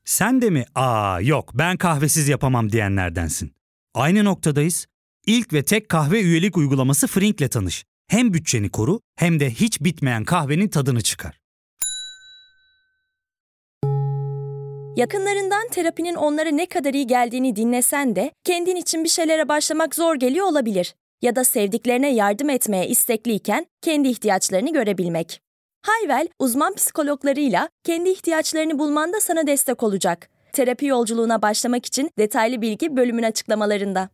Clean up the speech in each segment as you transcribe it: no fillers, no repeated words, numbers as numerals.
Sen de mi yok ben kahvesiz yapamam diyenlerdensin? Aynı noktadayız. İlk ve tek kahve üyelik uygulaması Frink'le tanış. Hem bütçeni koru hem de hiç bitmeyen kahvenin tadını çıkar. Yakınlarından terapinin onlara ne kadar iyi geldiğini dinlesen de kendin için bir şeylere başlamak zor geliyor olabilir. Ya da sevdiklerine yardım etmeye istekliyken kendi ihtiyaçlarını görebilmek. Hayvel, uzman psikologlarıyla kendi ihtiyaçlarını bulmanda sana destek olacak. Terapi yolculuğuna başlamak için detaylı bilgi bölümün açıklamalarında.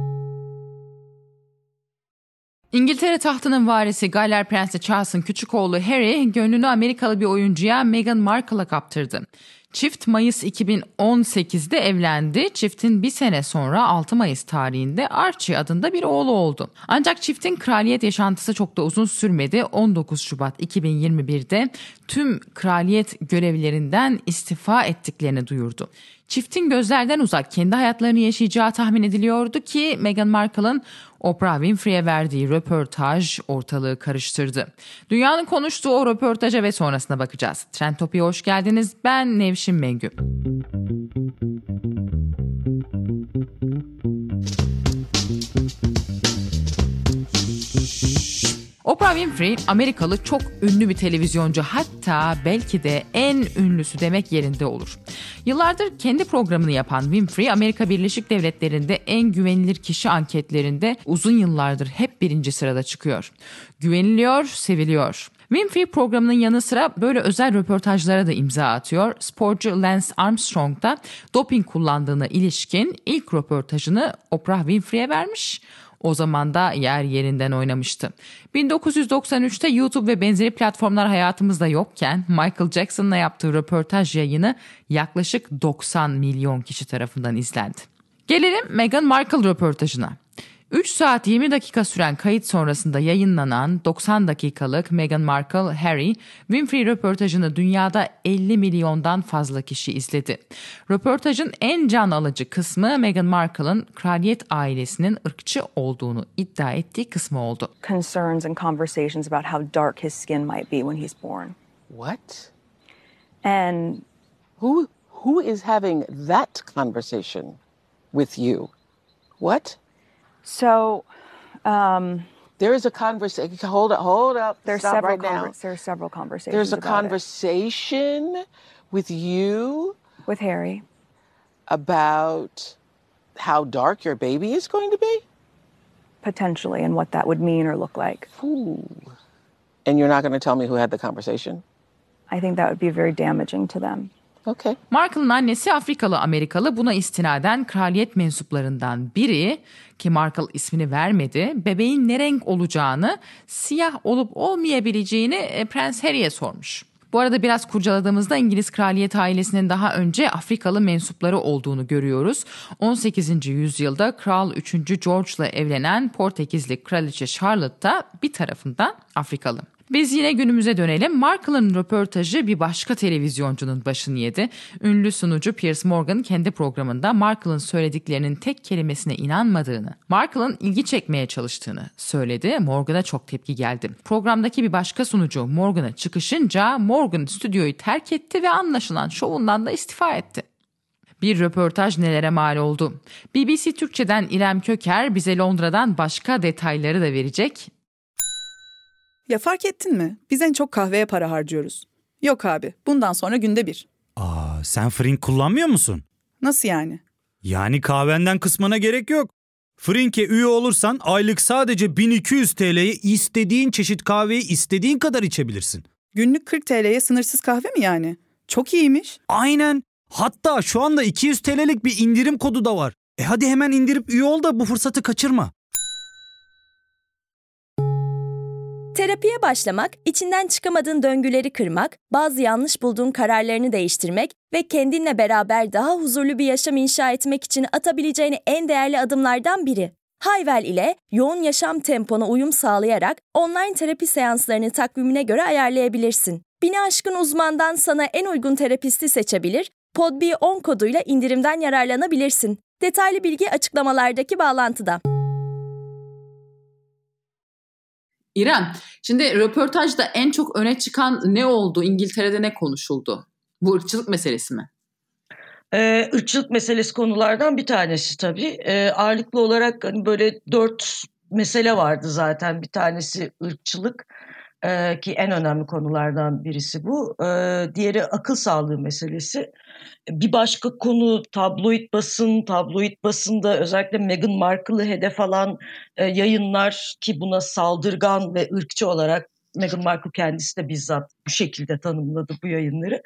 İngiltere tahtının varisi Galler Prensi Charles'ın küçük oğlu Harry, gönlünü Amerikalı bir oyuncuya Meghan Markle'a kaptırdı. Çift Mayıs 2018'de evlendi. Çiftin bir sene sonra 6 Mayıs tarihinde Archie adında bir oğlu oldu. Ancak çiftin kraliyet yaşantısı çok da uzun sürmedi. 19 Şubat 2021'de tüm kraliyet görevlerinden istifa ettiklerini duyurdu. Çiftin gözlerden uzak kendi hayatlarını yaşayacağı tahmin ediliyordu ki Meghan Markle'ın Oprah Winfrey'e verdiği röportaj ortalığı karıştırdı. Dünyanın konuştuğu o röportaja ve sonrasına bakacağız. Trendtopi'ye hoş geldiniz. Ben Nevşin Mengü. Oprah Winfrey Amerikalı çok ünlü bir televizyoncu, hatta belki de en ünlüsü demek yerinde olur. Yıllardır kendi programını yapan Winfrey, Amerika Birleşik Devletleri'nde en güvenilir kişi anketlerinde uzun yıllardır hep birinci sırada çıkıyor. Güveniliyor, seviliyor. Winfrey programının yanı sıra böyle özel röportajlara da imza atıyor. Sporcu Lance Armstrong da doping kullandığına ilişkin ilk röportajını Oprah Winfrey'e vermiş. O zaman da yer yerinden oynamıştı. 1993'te YouTube ve benzeri platformlar hayatımızda yokken Michael Jackson'la yaptığı röportaj yayını yaklaşık 90 milyon kişi tarafından izlendi. Gelelim Meghan Markle röportajına. 3 saat 20 dakika süren kayıt sonrasında yayınlanan 90 dakikalık Meghan Markle-Harry Winfrey röportajını dünyada 50 milyondan fazla kişi izledi. Röportajın en can alıcı kısmı Meghan Markle'ın kraliyet ailesinin ırkçı olduğunu iddia ettiği kısmı oldu. Concerns and conversations about how dark his skin might be when he's born. What? And who is having that conversation with you? What? So, there is a conversation. Hold up. There are several conversations. There's a conversation with you, with Harry, about how dark your baby is going to be? Potentially, and what that would mean or look like. Ooh. And you're not going to tell me who had the conversation? I think that would be very damaging to them. Okay. Markle'ın annesi Afrikalı-Amerikalı, buna istinaden kraliyet mensuplarından biri, ki Markle ismini vermedi, bebeğin ne renk olacağını, siyah olup olmayabileceğini Prens Harry'e sormuş. Bu arada biraz kurcaladığımızda İngiliz kraliyet ailesinin daha önce Afrikalı mensupları olduğunu görüyoruz. 18. yüzyılda Kral 3. George'la evlenen Portekizli Kraliçe Charlotte da bir tarafından Afrikalı. Biz yine günümüze dönelim. Markle'ın röportajı bir başka televizyoncunun başını yedi. Ünlü sunucu Piers Morgan kendi programında Markle'ın söylediklerinin tek kelimesine inanmadığını, Markle'ın ilgi çekmeye çalıştığını söyledi. Morgan'a çok tepki geldi. Programdaki bir başka sunucu Morgan'a çıkışınca Morgan stüdyoyu terk etti ve anlaşılan şovundan da istifa etti. Bir röportaj nelere mal oldu. BBC Türkçe'den İrem Köker bize Londra'dan başka detayları da verecek. Ya fark ettin mi? Biz en çok kahveye para harcıyoruz. Yok abi, bundan sonra günde bir. Sen Frink kullanmıyor musun? Nasıl yani? Yani kahvenden kısmına gerek yok. Frink'e üye olursan aylık sadece 1200 TL'ye istediğin çeşit kahveyi istediğin kadar içebilirsin. Günlük 40 TL'ye sınırsız kahve mi yani? Çok iyiymiş. Aynen. Hatta şu anda 200 TL'lik bir indirim kodu da var. Hadi hemen indirip üye ol da bu fırsatı kaçırma. Terapiye başlamak, içinden çıkamadığın döngüleri kırmak, bazı yanlış bulduğun kararlarını değiştirmek ve kendinle beraber daha huzurlu bir yaşam inşa etmek için atabileceğin en değerli adımlardan biri. Hayvel ile yoğun yaşam tempona uyum sağlayarak online terapi seanslarını takvimine göre ayarlayabilirsin. 1000'i aşkın uzmandan sana en uygun terapisti seçebilir, PodB10 koduyla indirimden yararlanabilirsin. Detaylı bilgi açıklamalardaki bağlantıda. İrem, şimdi röportajda en çok öne çıkan ne oldu? İngiltere'de ne konuşuldu? Bu ırkçılık meselesi mi? Irkçılık meselesi konulardan bir tanesi tabii. Ağırlıklı olarak hani böyle 4 mesele vardı zaten. Bir tanesi ırkçılık ki en önemli konulardan birisi bu. Diğeri akıl sağlığı meselesi. Bir başka konu tabloid basın. Tabloid basında özellikle Meghan Markle'ı hedef alan yayınlar ki buna saldırgan ve ırkçı olarak Meghan Markle kendisi de bizzat bu şekilde tanımladı bu yayınları.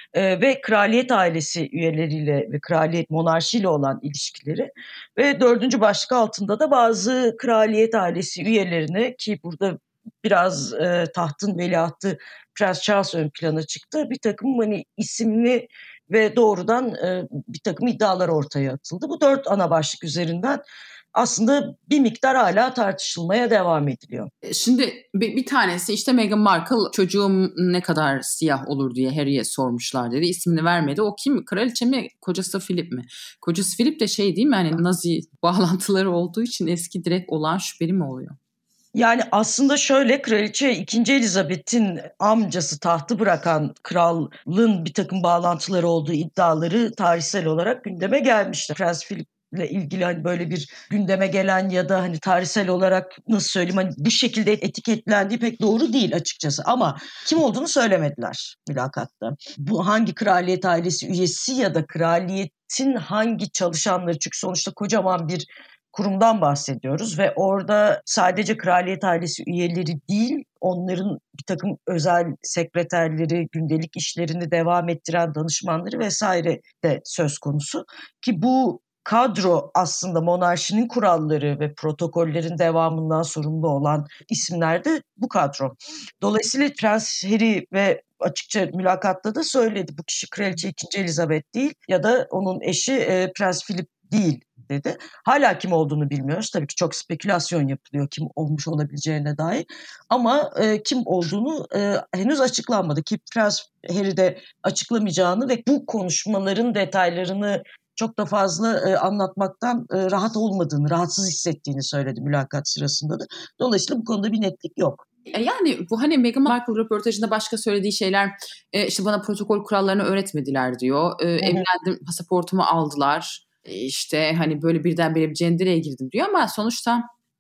Ve kraliyet ailesi üyeleriyle ve kraliyet monarşiyle olan ilişkileri ve dördüncü başlık altında da bazı kraliyet ailesi üyelerine ki burada biraz tahtın veliahtı Prens Charles ön plana çıktı. Bir takım hani isimli ve doğrudan bir takım iddialar ortaya atıldı. Bu 4 ana başlık üzerinden aslında bir miktar hala tartışılmaya devam ediliyor. Şimdi bir tanesi işte Meghan Markle çocuğum ne kadar siyah olur diye Harry'e sormuşlar dedi. İsmini vermedi. O kim? Kraliçe mi? Kocası Philip mi? Kocası Philip de şey değil mi? Hani Nazi bağlantıları olduğu için eski direkt olan şüpheli mi oluyor? Yani aslında şöyle Kraliçe 2. Elizabeth'in amcası tahtı bırakan kralın bir takım bağlantıları olduğu iddiaları tarihsel olarak gündeme gelmişti. Prens Philip ile ilgili hani böyle bir gündeme gelen ya da hani tarihsel olarak nasıl söyleyeyim hani bu şekilde etiketlendiği pek doğru değil açıkçası ama kim olduğunu söylemediler mülakatta. Bu hangi kraliyet ailesi üyesi ya da kraliyetin hangi çalışanları çünkü sonuçta kocaman bir kurumdan bahsediyoruz ve orada sadece kraliyet ailesi üyeleri değil, onların bir takım özel sekreterleri, gündelik işlerini devam ettiren danışmanları vesaire de söz konusu. Ki bu kadro aslında monarşinin kuralları ve protokollerin devamından sorumlu olan isimler de bu kadro. Dolayısıyla Prens Harry ve açıkça mülakatta da söyledi bu kişi Kraliçe 2. Elizabeth değil ya da onun eşi Prens Philip değil dedi. Hala kim olduğunu bilmiyoruz. Tabii ki çok spekülasyon yapılıyor kim olmuş olabileceğine dair. Ama kim olduğunu henüz açıklanmadı ki Prens Harry de açıklamayacağını ve bu konuşmaların detaylarını çok da fazla anlatmaktan rahat olmadığını, rahatsız hissettiğini söyledi mülakat sırasında da. Dolayısıyla bu konuda bir netlik yok. Yani bu hani Meghan Markle röportajında başka söylediği şeyler işte bana protokol kurallarını öğretmediler diyor. Evlendim, pasaportumu aldılar. İşte hani böyle birdenbire bir cendereye girdim diyor ama sonuçta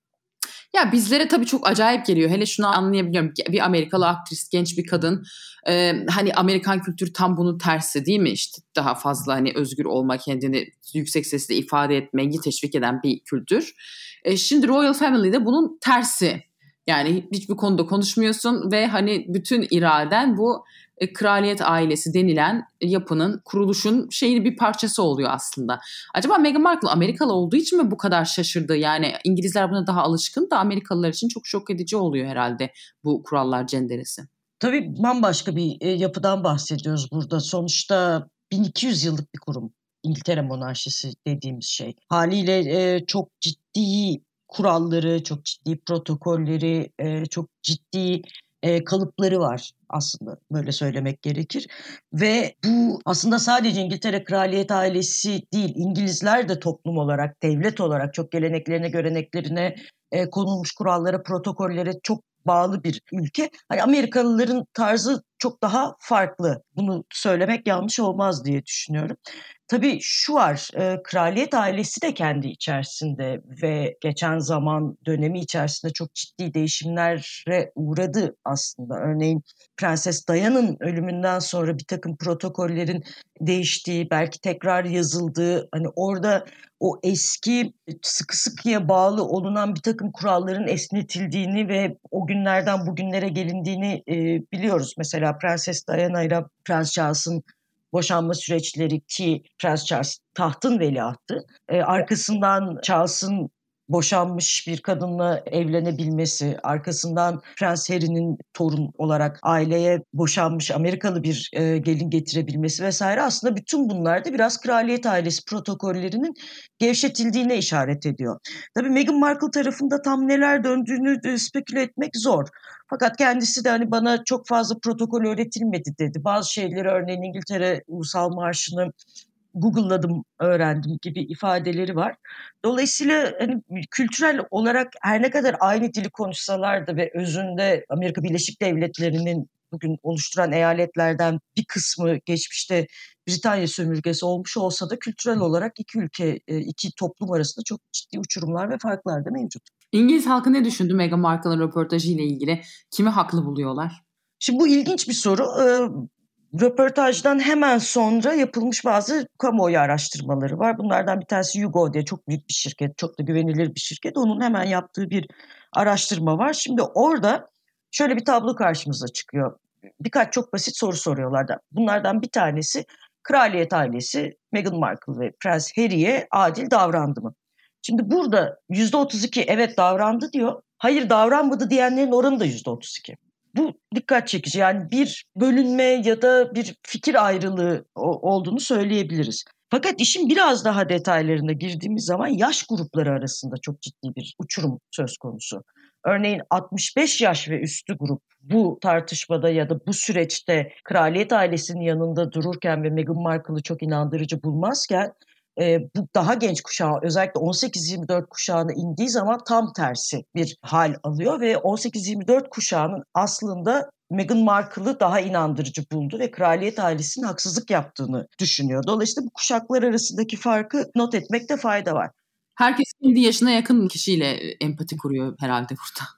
ya bizlere tabii çok acayip geliyor. Hele şunu anlayabiliyorum. Bir Amerikalı aktris, genç bir kadın. Hani Amerikan kültürü tam bunun tersi değil mi? İşte daha fazla hani özgür olma, kendini yüksek sesle ifade etmeyi teşvik eden bir kültür. Şimdi Royal Family'de bunun tersi. Yani hiçbir konuda konuşmuyorsun ve hani bütün iraden bu kraliyet ailesi denilen yapının, kuruluşun şeyin bir parçası oluyor aslında. Acaba Meghan Markle Amerikalı olduğu için mi bu kadar şaşırdı? Yani İngilizler buna daha alışkın da Amerikalılar için çok şok edici oluyor herhalde bu kurallar cenderesi. Tabii bambaşka bir yapıdan bahsediyoruz burada. Sonuçta 1200 yıllık bir kurum. İngiltere monarşisi dediğimiz şey. Haliyle çok ciddi kuralları, çok ciddi protokolleri, çok ciddi kalıpları var aslında böyle söylemek gerekir. Ve bu aslında sadece İngiltere kraliyet ailesi değil, İngilizler de toplum olarak, devlet olarak çok geleneklerine, göreneklerine, konulmuş kurallara, protokollere çok bağlı bir ülke. Hani Amerikalıların tarzı çok daha farklı. Bunu söylemek yanlış olmaz diye düşünüyorum. Tabii şu var, kraliyet ailesi de kendi içerisinde ve geçen zaman dönemi içerisinde çok ciddi değişimlere uğradı aslında. Örneğin Prenses Diana'nın ölümünden sonra bir takım protokollerin değiştiği, belki tekrar yazıldığı, hani orada o eski sıkı sıkıya bağlı olunan bir takım kuralların esnetildiğini ve o günlerden bugünlere gelindiğini biliyoruz. Mesela Prenses Diana ile Prens Charles'ın boşanma süreçleri ki Prens Charles tahtın veliahtı. Arkasından Charles'ın boşanmış bir kadınla evlenebilmesi, arkasından Prens Harry'nin torun olarak aileye boşanmış Amerikalı bir gelin getirebilmesi vesaire aslında bütün bunlar da biraz kraliyet ailesi protokollerinin gevşetildiğine işaret ediyor. Tabii Meghan Markle tarafında tam neler döndüğünü speküle etmek zor. Fakat kendisi de hani bana çok fazla protokol öğretilmedi dedi. Bazı şeyleri örneğin İngiltere Ulusal Marşı'nı Google'ladım, öğrendim gibi ifadeleri var. Dolayısıyla hani kültürel olarak her ne kadar aynı dili konuşsalar da ve özünde Amerika Birleşik Devletleri'nin bugün oluşturan eyaletlerden bir kısmı geçmişte Britanya sömürgesi olmuş olsa da kültürel olarak iki ülke, iki toplum arasında çok ciddi uçurumlar ve farklar da mevcut. İngiliz halkı ne düşündü Meghan Markle'ın röportajı ile ilgili? Kimi haklı buluyorlar? Şimdi bu ilginç bir soru. Röportajdan hemen sonra yapılmış bazı kamuoyu araştırmaları var. Bunlardan bir tanesi YouGov diye çok büyük bir şirket, çok da güvenilir bir şirket. Onun hemen yaptığı bir araştırma var. Şimdi orada şöyle bir tablo karşımıza çıkıyor. Birkaç çok basit soru soruyorlar da. Bunlardan bir tanesi, kraliyet ailesi Meghan Markle ve Prens Harry'e adil davrandı mı? Şimdi burada %32 evet davrandı diyor. Hayır davranmadı diyenlerin oranı da %32. Bu dikkat çekici, yani bir bölünme ya da bir fikir ayrılığı olduğunu söyleyebiliriz. Fakat işin biraz daha detaylarına girdiğimiz zaman yaş grupları arasında çok ciddi bir uçurum söz konusu. Örneğin 65 yaş ve üstü grup bu tartışmada ya da bu süreçte kraliyet ailesinin yanında dururken ve Meghan Markle'ı çok inandırıcı bulmazken bu daha genç kuşağı, özellikle 18-24 kuşağına indiği zaman tam tersi bir hal alıyor ve 18-24 kuşağının aslında Meghan Markle'ı daha inandırıcı buldu ve kraliyet ailesinin haksızlık yaptığını düşünüyor. Dolayısıyla bu kuşaklar arasındaki farkı not etmekte fayda var. Herkes kendi yaşına yakın kişiyle empati kuruyor herhalde burada.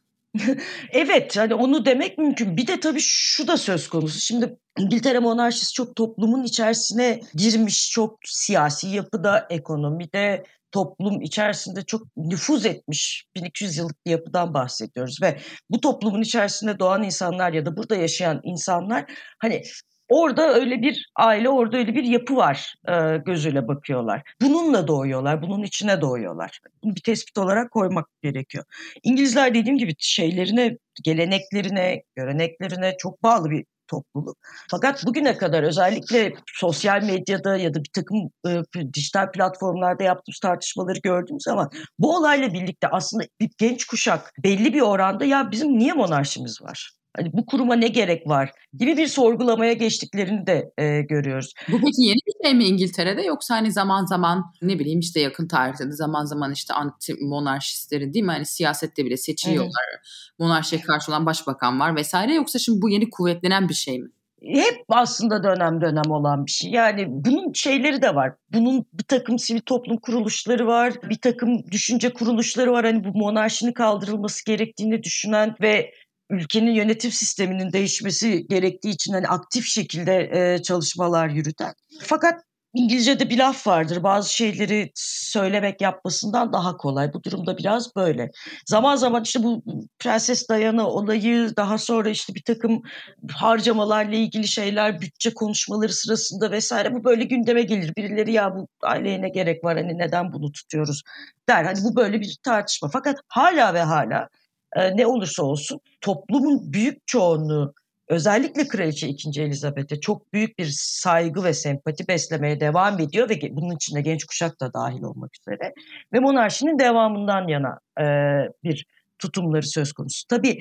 Evet, hani onu demek mümkün. Bir de tabii şu da söz konusu. Şimdi İngiltere monarşisi çok toplumun içerisine girmiş, çok siyasi yapıda, ekonomide, toplum içerisinde çok nüfuz etmiş 1200 yıllık bir yapıdan bahsediyoruz. Ve bu toplumun içerisinde doğan insanlar ya da burada yaşayan insanlar hani orada öyle bir aile, orada öyle bir yapı var gözüyle bakıyorlar. Bununla doğuyorlar, bunun içine doğuyorlar. Bunu bir tespit olarak koymak gerekiyor. İngilizler dediğim gibi şeylerine, geleneklerine, göreneklerine çok bağlı bir topluluk. Fakat bugüne kadar özellikle sosyal medyada ya da bir takım dijital platformlarda yaptığımız tartışmaları gördüğümüz zaman bu olayla birlikte aslında bir genç kuşak belli bir oranda ya bizim niye monarşimiz var? Hani bu kuruma ne gerek var gibi bir sorgulamaya geçtiklerini de görüyoruz. Bu peki yeni bir şey mi İngiltere'de, yoksa hani zaman zaman ne bileyim işte yakın tarihte de zaman zaman işte anti monarşistlerin, değil mi, hani siyasette bile seçiliyorlar. Monarşiye karşı olan başbakan var vesaire, yoksa şimdi bu yeni kuvvetlenen bir şey mi? Hep aslında dönem dönem olan bir şey. Yani bunun şeyleri de var. Bunun bir takım sivil toplum kuruluşları var. Bir takım düşünce kuruluşları var. Hani bu monarşinin kaldırılması gerektiğini düşünen ve ülkenin yönetim sisteminin değişmesi gerektiği için hani aktif şekilde çalışmalar yürüten. Fakat İngilizce'de bir laf vardır. Bazı şeyleri söylemek yapmasından daha kolay. Bu durumda biraz böyle. Zaman zaman işte bu Prenses Diana olayı, daha sonra işte bir takım harcamalarla ilgili şeyler, bütçe konuşmaları sırasında vesaire bu böyle gündeme gelir. Birileri ya bu aileye ne gerek var, hani neden bunu tutuyoruz der. Hani bu böyle bir tartışma. Fakat hala ve hala ne olursa olsun toplumun büyük çoğunluğu özellikle Kraliçe 2. Elizabeth'e çok büyük bir saygı ve sempati beslemeye devam ediyor ve bunun içinde genç kuşak da dahil olmak üzere ve monarşinin devamından yana bir tutumları söz konusu. Tabii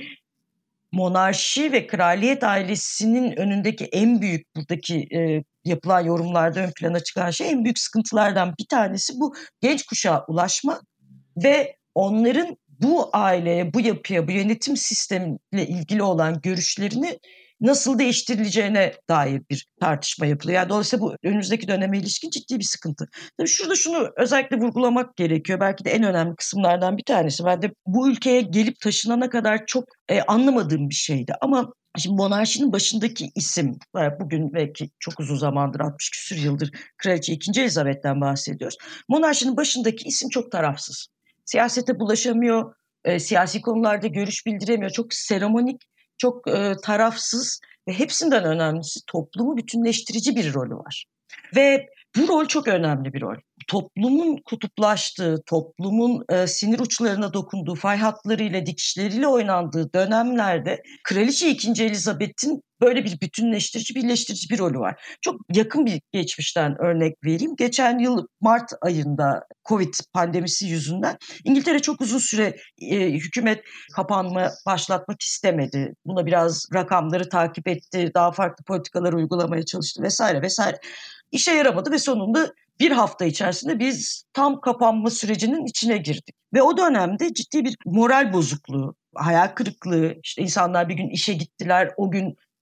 monarşi ve kraliyet ailesinin önündeki en büyük buradaki yapılan yorumlarda ön plana çıkan şey, en büyük sıkıntılardan bir tanesi bu genç kuşağa ulaşmak ve onların bu aileye, bu yapıya, bu yönetim sistemiyle ilgili olan görüşlerini nasıl değiştirileceğine dair bir tartışma yapılıyor. Yani dolayısıyla bu önümüzdeki döneme ilişkin ciddi bir sıkıntı. Tabii şurada şunu özellikle vurgulamak gerekiyor. Belki de en önemli kısımlardan bir tanesi. Ben de bu ülkeye gelip taşınana kadar çok anlamadığım bir şeydi. Ama şimdi monarşinin başındaki isim, bugün belki çok uzun zamandır, 60 küsur yıldır Kraliçe 2. Elizabeth'ten bahsediyoruz. Monarşinin başındaki isim çok tarafsız. Siyasete bulaşamıyor, siyasi konularda görüş bildiremiyor. Çok seremonik, çok tarafsız ve hepsinden önemlisi toplumu bütünleştirici bir rolü var. Ve bu rol çok önemli bir rol. Toplumun kutuplaştığı, toplumun sinir uçlarına dokunduğu, fay hatlarıyla, dikişleriyle oynandığı dönemlerde Kraliçe 2. Elizabeth'in böyle bir bütünleştirici, birleştirici bir rolü var. Çok yakın bir geçmişten örnek vereyim. Geçen yıl Mart ayında Covid pandemisi yüzünden İngiltere çok uzun süre hükümet kapanma başlatmak istemedi. Buna biraz rakamları takip etti, daha farklı politikalar uygulamaya çalıştı vesaire vesaire. İşe yaramadı ve sonunda bir hafta içerisinde biz tam kapanma sürecinin içine girdik. Ve o dönemde ciddi bir moral bozukluğu, hayal kırıklığı, işte insanlar bir gün işe gittiler, o gün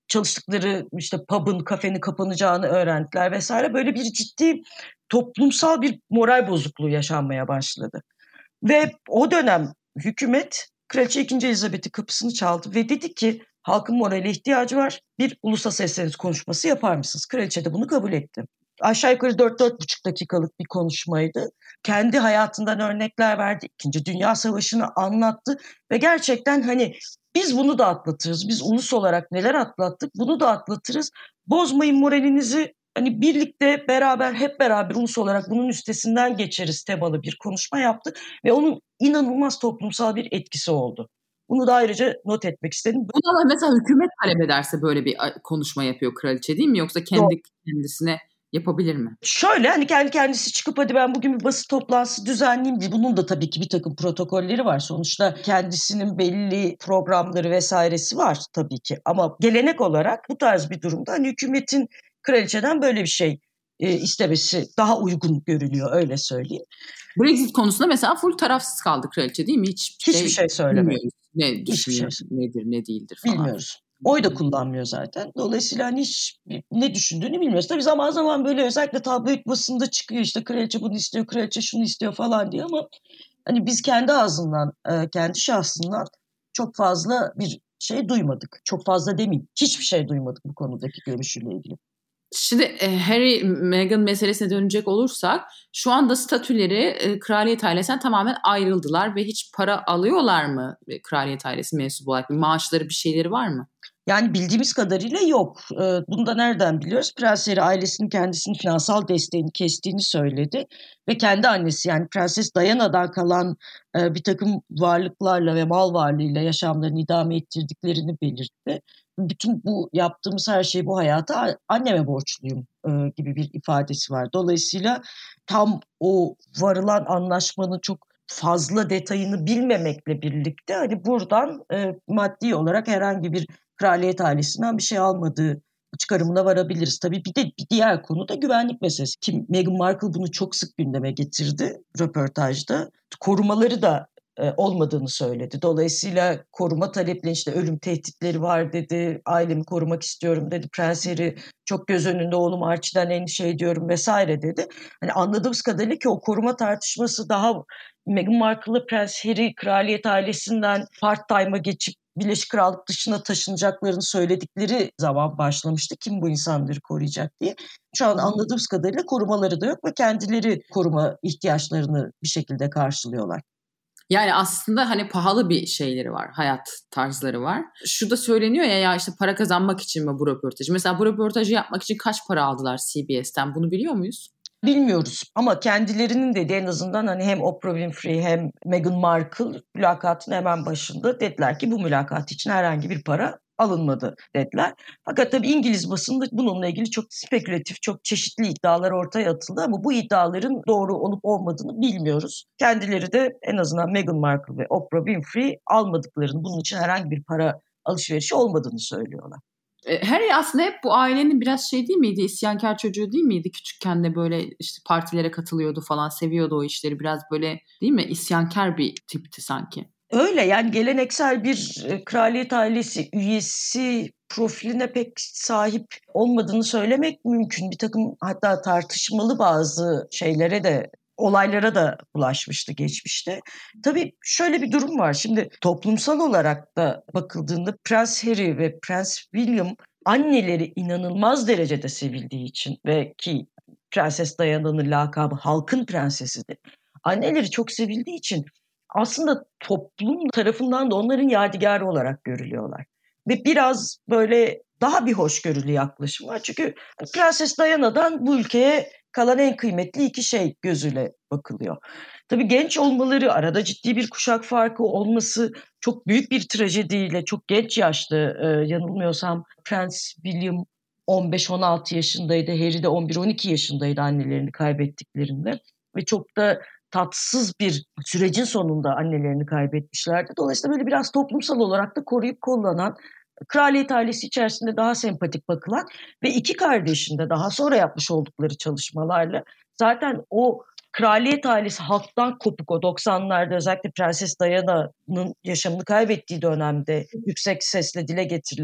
çalıştıkları işte pub'ın, kafenin kapanacağını öğrendiler vesaire. Böyle bir ciddi toplumsal bir moral bozukluğu yaşanmaya başladı. Ve o dönem hükümet Kraliçe 2. Elizabeth'in kapısını çaldı ve dedi ki halkın morale ihtiyacı var. Bir ulusal sesleniriz konuşması yapar mısınız? Kraliçe de bunu kabul etti. Aşağı yukarı 4-4,5 dakikalık bir konuşmaydı. Kendi hayatından örnekler verdi. İkinci Dünya Savaşı'nı anlattı ve gerçekten hani biz bunu da atlatırız. Biz ulus olarak neler atlattık bunu da atlatırız. Bozmayın moralinizi. Hani birlikte beraber hep beraber ulus olarak bunun üstesinden geçeriz temalı bir konuşma yaptı ve onun inanılmaz toplumsal bir etkisi oldu. Bunu da ayrıca not etmek istedim. Bunu ama mesela hükümet talep ederse böyle bir konuşma yapıyor kraliçe değil mi? Yoksa kendisine yapabilir mi? Şöyle hani kendi kendisi çıkıp hadi ben bugün bir basın toplantısı düzenleyeyim diye. Bunun da tabii ki bir takım protokolleri var. Sonuçta kendisinin belli programları vesairesi var tabii ki. Ama gelenek olarak bu tarz bir durumda hani hükümetin kraliçeden böyle bir şey istemesi daha uygun görülüyor öyle söyleyeyim. Brexit konusunda mesela full tarafsız kaldı kraliçe değil mi? Hiçbir şey söylemiyor. Ne düşünüyor, nedir, ne değildir falan. Bilmiyoruz. Oy da kullanmıyor zaten. Dolayısıyla hani hiç ne düşündüğünü bilmiyoruz. Tabii zaman zaman böyle özellikle tabloid basında çıkıyor işte kraliçe bunu istiyor, kraliçe şunu istiyor falan diye ama hani biz kendi ağzından, kendi şahsından çok fazla bir şey duymadık. Çok fazla demeyeyim. Hiçbir şey duymadık bu konudaki görüşüyle ilgili. Şimdi Harry, Meghan meselesine dönecek olursak şu anda statüleri kraliyet ailesinden tamamen ayrıldılar ve hiç para alıyorlar mı kraliyet ailesi mensubu olarak? Maaşları bir şeyleri var mı? Yani bildiğimiz kadarıyla yok. Bunu da nereden biliyoruz? Prens Harry ailesinin kendisinin finansal desteğini kestiğini söyledi. Ve kendi annesi yani Prenses Diana'dan kalan bir takım varlıklarla ve mal varlığıyla yaşamlarını idame ettirdiklerini belirtti. Bütün bu yaptığımız her şeyi bu hayata anneme borçluyum gibi bir ifadesi var. Dolayısıyla tam o varılan anlaşmanın çok fazla detayını bilmemekle birlikte hani buradan maddi olarak herhangi bir kraliyet ailesinden bir şey almadığı çıkarımına varabiliriz. Tabii bir de bir diğer konu da güvenlik meselesi. Meghan Markle bunu çok sık gündeme getirdi röportajda. Korumaları da olmadığını söyledi. Dolayısıyla koruma talepleri işte ölüm tehditleri var dedi. Ailemi korumak istiyorum dedi. Prens Harry çok göz önünde oğlum Archie'den endişe ediyorum vesaire dedi. Hani anladığımız kadarıyla ki o koruma tartışması daha Meghan Markle'la Prens Harry kraliyet ailesinden part-time'a geçip Birleşik Krallık dışına taşınacaklarını söyledikleri zaman başlamıştı. Kim bu insanları koruyacak diye. Şu an anladığımız kadarıyla korumaları da yok ve kendileri koruma ihtiyaçlarını bir şekilde karşılıyorlar. Yani aslında hani pahalı bir şeyleri var, hayat tarzları var. Şu da söyleniyor ya işte para kazanmak için mi bu röportajı? Mesela bu röportajı yapmak için kaç para aldılar CBS'ten bunu biliyor muyuz? Bilmiyoruz ama kendilerinin dediği en azından hani hem Oprah Winfrey hem Meghan Markle mülakatın hemen başında dediler ki bu mülakat için herhangi bir para alınmadı dediler. Fakat tabii İngiliz basında bununla ilgili çok spekülatif, çok çeşitli iddialar ortaya atıldı ama bu iddiaların doğru olup olmadığını bilmiyoruz. Kendileri de en azından Meghan Markle ve Oprah Winfrey almadıklarını, bunun için herhangi bir para alışverişi olmadığını söylüyorlar. Harry aslında hep bu ailenin biraz şey değil miydi? İsyankar çocuğu değil miydi? Küçükken de böyle işte partilere katılıyordu falan, seviyordu o işleri. Biraz böyle değil mi? İsyankar bir tipti sanki. Öyle yani geleneksel bir kraliyet ailesi üyesi profiline pek sahip olmadığını söylemek mümkün. Bir takım hatta tartışmalı bazı şeylere de olaylara da bulaşmıştı geçmişte. Tabii şöyle bir durum var. Şimdi toplumsal olarak da bakıldığında Prens Harry ve Prens William anneleri inanılmaz derecede sevildiği için ve ki Prenses Diana'nın lakabı halkın prensesidir. Anneleri çok sevildiği için aslında toplum tarafından da onların yadigarı olarak görülüyorlar. Ve biraz böyle daha bir hoşgörülü yaklaşım var. Çünkü Prenses Diana'dan bu ülkeye kalan en kıymetli iki şey gözüyle bakılıyor. Tabii genç olmaları, arada ciddi bir kuşak farkı olması çok büyük bir trajediyle, çok genç yaşta yanılmıyorsam Prens William 15-16 yaşındaydı, Harry de 11-12 yaşındaydı annelerini kaybettiklerinde. Ve çok da tatsız bir sürecin sonunda annelerini kaybetmişlerdi. Dolayısıyla böyle biraz toplumsal olarak da koruyup kollanan, kraliyet ailesi içerisinde daha sempatik bakılan ve iki kardeşin de daha sonra yapmış oldukları çalışmalarla zaten o kraliyet ailesi halktan kopuk o 90'larda özellikle Prenses Diana'nın yaşamını kaybettiği dönemde yüksek sesle dile getirilen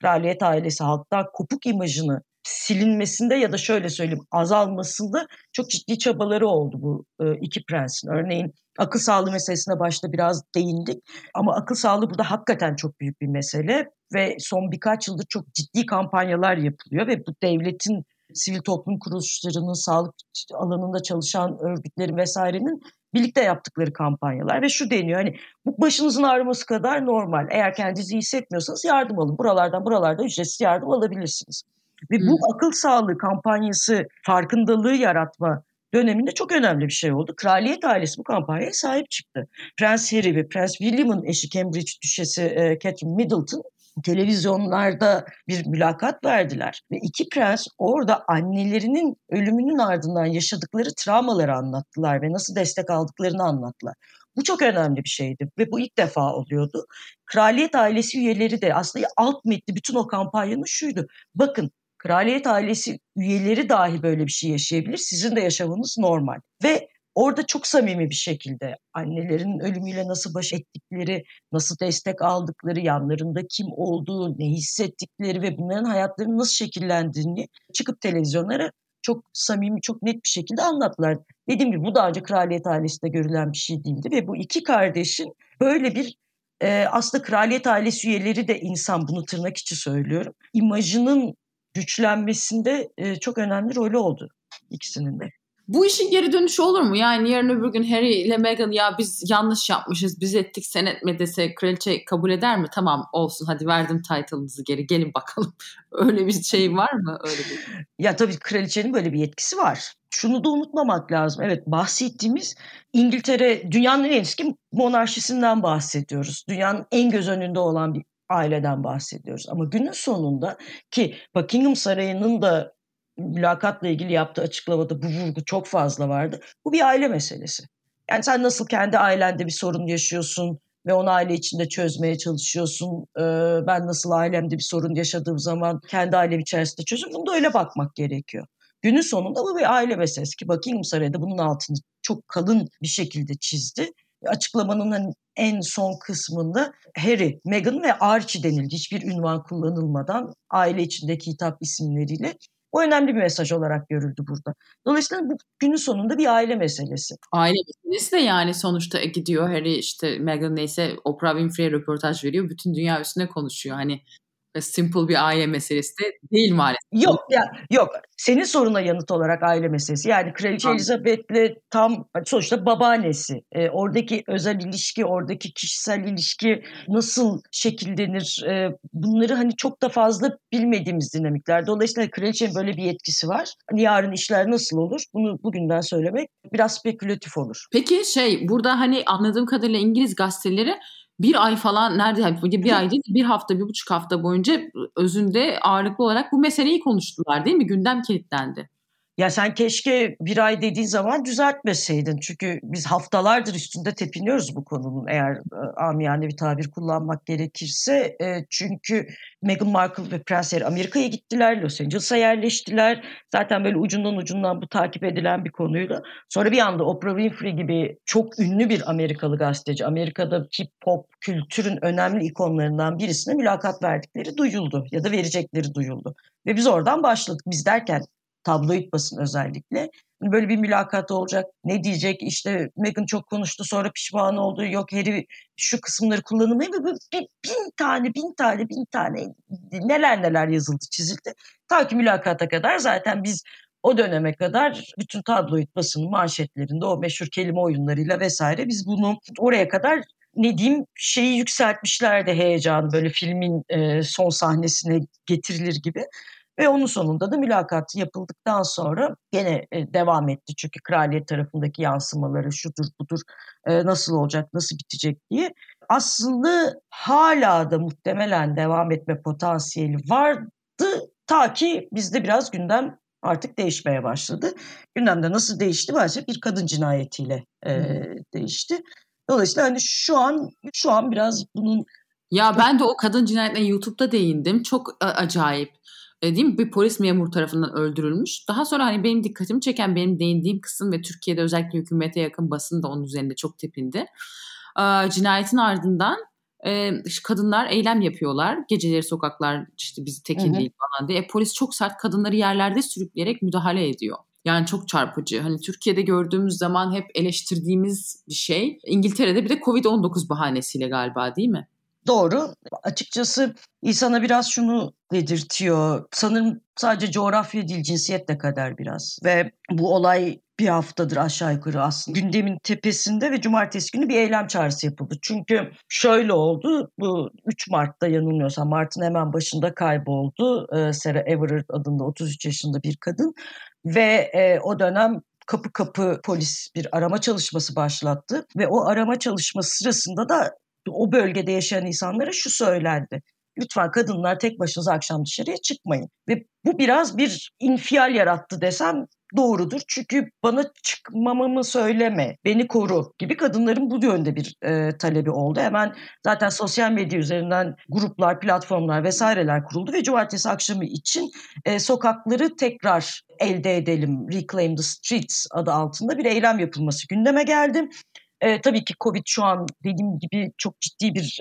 kraliyet ailesi halktan kopuk imajını silinmesinde ya da şöyle söyleyeyim azalmasında çok ciddi çabaları oldu bu iki prensin. Örneğin akıl sağlığı meselesine başta biraz değindik ama akıl sağlığı burada hakikaten çok büyük bir mesele ve son birkaç yıldır çok ciddi kampanyalar yapılıyor ve bu devletin, sivil toplum kuruluşlarının, sağlık alanında çalışan örgütlerin vesairenin birlikte yaptıkları kampanyalar ve şu deniyor hani bu başınızın ağrıması kadar normal. Eğer kendinizi iyi hissetmiyorsanız yardım alın. Buralardan ücretsiz yardım alabilirsiniz. Ve bu akıl sağlığı kampanyası farkındalığı yaratma döneminde çok önemli bir şey oldu. Kraliyet ailesi bu kampanyaya sahip çıktı. Prens Harry ve Prens William'ın eşi Cambridge Düşesi Catherine Middleton televizyonlarda bir mülakat verdiler. Ve iki prens orada annelerinin ölümünün ardından yaşadıkları travmaları anlattılar ve nasıl destek aldıklarını anlattılar. Bu çok önemli bir şeydi ve bu ilk defa oluyordu. Kraliyet ailesi üyeleri de aslında alt metni bütün o kampanyanın şuydu. Bakın, kraliyet ailesi üyeleri dahi böyle bir şey yaşayabilir. Sizin de yaşamanız normal. Ve orada çok samimi bir şekilde annelerinin ölümüyle nasıl baş ettikleri, nasıl destek aldıkları, yanlarında kim olduğu, ne hissettikleri ve bunların hayatlarının nasıl şekillendiğini çıkıp televizyonlara çok samimi, çok net bir şekilde anlattılar. Dediğim gibi bu daha önce kraliyet ailesinde görülen bir şey değildi ve bu iki kardeşin böyle bir aslında kraliyet ailesi üyeleri de insan, bunu tırnak içi söylüyorum, imajının güçlenmesinde çok önemli rolü oldu ikisinin de. Bu işin geri dönüşü olur mu? Yani yarın öbür gün Harry ile Meghan ya biz yanlış yapmışız, biz ettik sen etme dese kraliçe kabul eder mi? Tamam olsun, hadi verdim title'ınızı geri, gelin bakalım. Öyle bir şey var mı? Öyle bir... Ya tabii kraliçenin böyle bir yetkisi var. Şunu da unutmamak lazım. Evet, bahsettiğimiz İngiltere dünyanın en eski monarşisinden bahsediyoruz. Dünyanın en göz önünde olan bir aileden bahsediyoruz. Ama günün sonunda ki Buckingham Sarayı'nın da mülakatla ilgili yaptığı açıklamada bu vurgu çok fazla vardı. Bu bir aile meselesi. Yani sen nasıl kendi ailende bir sorun yaşıyorsun ve onu aile içinde çözmeye çalışıyorsun. Ben nasıl ailemde bir sorun yaşadığım zaman kendi ailem içerisinde çözüyorum. Bunu da öyle bakmak gerekiyor. Günün sonunda bu bir aile meselesi ki Buckingham Sarayı da bunun altını çok kalın bir şekilde çizdi. Açıklamanın en son kısmında Harry, Meghan ve Archie denildi. Hiçbir ünvan kullanılmadan aile içindeki hitap isimleriyle. O önemli bir mesaj olarak görüldü burada. Dolayısıyla bu günün sonunda bir aile meselesi. Aile meselesi de yani sonuçta gidiyor Harry işte Meghan neyse Oprah Winfrey'e röportaj veriyor. Bütün dünya üstüne konuşuyor. Hani simple bir aile meselesi de değil maalesef. Yok. Senin soruna yanıt olarak aile meselesi. Yani Kraliçe Elizabeth'le tam sonuçta babaannesi. Oradaki özel ilişki, oradaki kişisel ilişki nasıl şekillenir? Bunları hani çok da fazla bilmediğimiz dinamikler. Dolayısıyla Kraliçenin böyle bir yetkisi var. Hani yarın işler nasıl olur? Bunu bugünden söylemek biraz spekülatif olur. Peki burada hani anladığım kadarıyla İngiliz gazeteleri bir ay falan bir ay değil, bir hafta, 1,5 hafta boyunca özünde ağırlıklı olarak bu meseleyi konuştular değil mi? Gündem kilitlendi. Ya sen keşke bir ay dediğin zaman düzeltmeseydin. Çünkü biz haftalardır üstünde tepiniyoruz bu konunun eğer amiyane bir tabir kullanmak gerekirse. Çünkü Meghan Markle ve Prens Harry Amerika'ya gittiler, Los Angeles'a yerleştiler. Zaten böyle ucundan bu takip edilen bir konuydu. Sonra bir anda Oprah Winfrey gibi çok ünlü bir Amerikalı gazeteci, Amerika'daki pop kültürün önemli ikonlarından birisine mülakat verdikleri duyuldu ya da verecekleri duyuldu. Ve biz oradan başladık. Biz derken tabloid basın özellikle. Böyle bir mülakat olacak. Ne diyecek? İşte Meghan çok konuştu sonra pişman oldu. Yok Harry şu kısımları kullanılmıyor. Bin tane neler yazıldı çizildi. Ta ki mülakata kadar zaten biz o döneme kadar bütün tabloid basının manşetlerinde o meşhur kelime oyunlarıyla vesaire biz bunu oraya kadar şeyi yükseltmişlerdi, heyecanı böyle filmin son sahnesine getirilir gibi. Ve onun sonunda da mülakat yapıldıktan sonra gene devam etti. Çünkü kraliyet tarafındaki yansımaları şudur budur nasıl olacak, nasıl bitecek diye. Aslında hala da muhtemelen devam etme potansiyeli vardı. Ta ki bizde biraz gündem artık değişmeye başladı. Gündemde nasıl değişti? Maalesef bir kadın cinayetiyle değişti. Dolayısıyla hani şu an biraz bunun... Ya ben de o kadın cinayetine YouTube'da değindim. Çok acayip. Değil mi? Bir polis memuru tarafından öldürülmüş. Daha sonra hani benim dikkatimi çeken benim değindiğim kısım ve Türkiye'de özellikle hükümete yakın basın da onun üzerinde çok tepindi. Cinayetin ardından Kadınlar eylem yapıyorlar. Geceleri sokaklar işte bizi tekinleyin falan diye. Polis çok sert kadınları yerlerde sürükleyerek müdahale ediyor. Yani çok çarpıcı. Hani Türkiye'de gördüğümüz zaman hep eleştirdiğimiz bir şey. İngiltere'de bir de Covid-19 bahanesiyle galiba, değil mi? Doğru. Açıkçası insana biraz şunu dedirtiyor. Sanırım sadece coğrafya değil, cinsiyet de kader biraz. Ve bu olay bir haftadır aşağı yukarı aslında gündemin tepesinde ve cumartesi günü bir eylem çağrısı yapıldı. Çünkü şöyle oldu, bu 3 Mart'ta yanılmıyorsam Mart'ın hemen başında kayboldu. Sarah Everard adında 33 yaşında bir kadın ve o dönem kapı kapı polis bir arama çalışması başlattı ve o arama çalışması sırasında da o bölgede yaşayan insanlara şu söylendi: lütfen kadınlar tek başınıza akşam dışarıya çıkmayın. Ve bu biraz bir infial yarattı desem doğrudur. Çünkü bana çıkmamamı söyleme, beni koru gibi kadınların bu yönde bir talebi oldu. Hemen zaten sosyal medya üzerinden gruplar, platformlar vesaireler kuruldu ve cumartesi akşamı için sokakları tekrar elde edelim, Reclaim the Streets adı altında bir eylem yapılması gündeme geldi. Tabii ki Covid şu an dediğim gibi çok ciddi bir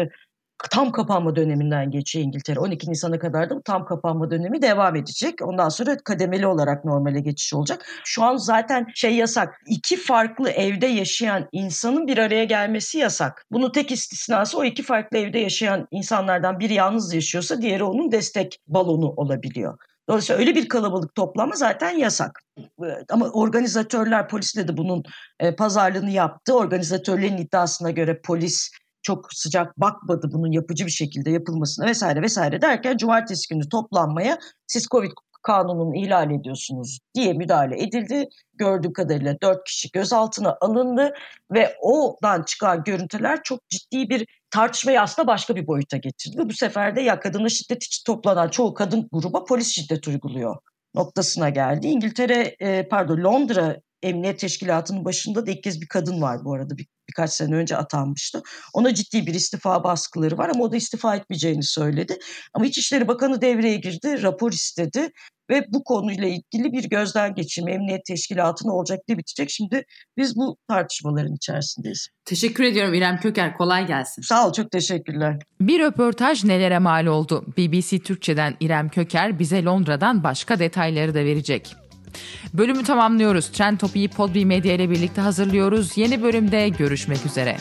tam kapanma döneminden geçiyor İngiltere. 12 Nisan'a kadar da bu tam kapanma dönemi devam edecek. Ondan sonra kademeli olarak normale geçiş olacak. Şu an zaten yasak. 2 farklı evde yaşayan insanın bir araya gelmesi yasak. Bunun tek istisnası o 2 farklı evde yaşayan insanlardan biri yalnız yaşıyorsa diğeri onun destek balonu olabiliyor. Dolayısıyla öyle bir kalabalık toplanma zaten yasak. Ama organizatörler, polisle de bunun pazarlığını yaptı. Organizatörlerin iddiasına göre polis çok sıcak bakmadı bunun yapıcı bir şekilde yapılmasına vesaire vesaire derken cumartesi günü toplanmaya siz Covid kanununu ihlal ediyorsunuz diye müdahale edildi. Gördüğüm kadarıyla 4 kişi gözaltına alındı ve oradan çıkan görüntüler çok ciddi bir tartışmayı aslında başka bir boyuta getirdi. Bu sefer de ya kadına şiddet için toplanan çoğu kadın gruba polis şiddet uyguluyor noktasına geldi. Londra Emniyet Teşkilatı'nın başında da ilk kez bir kadın var bu arada. Birkaç sene önce atanmıştı. Ona ciddi bir istifa baskıları var ama o da istifa etmeyeceğini söyledi. Ama İçişleri Bakanı devreye girdi, rapor istedi ve bu konuyla ilgili bir gözden geçirme Emniyet Teşkilatı'na olacak diye bitecek. Şimdi biz bu tartışmaların içerisindeyiz. Teşekkür ediyorum İrem Köker. Kolay gelsin. Sağ ol, çok teşekkürler. Bir röportaj nelere mal oldu? BBC Türkçe'den İrem Köker bize Londra'dan başka detayları da verecek. Bölümü tamamlıyoruz. Trend Topi'yi Podbi Medya ile birlikte hazırlıyoruz. Yeni bölümde görüşmek üzere.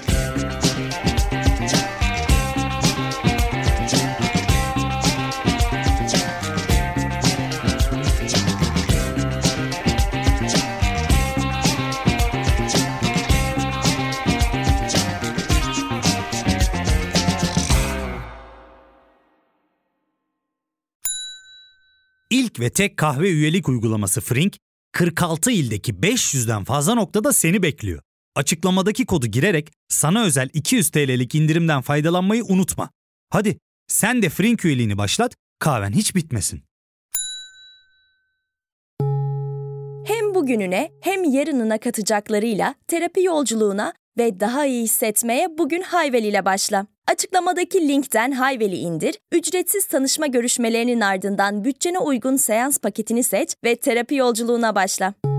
İlk ve tek kahve üyelik uygulaması Frink, 46 ildeki 500'den fazla noktada seni bekliyor. Açıklamadaki kodu girerek sana özel 200 TL'lik indirimden faydalanmayı unutma. Hadi sen de Frink üyeliğini başlat, kahven hiç bitmesin. Hem bugününe hem yarınına katacaklarıyla terapi yolculuğuna ve daha iyi hissetmeye bugün Hayvel ile başla. Açıklamadaki linkten Hayvel'i indir, ücretsiz tanışma görüşmelerinin ardından bütçene uygun seans paketini seç ve terapi yolculuğuna başla.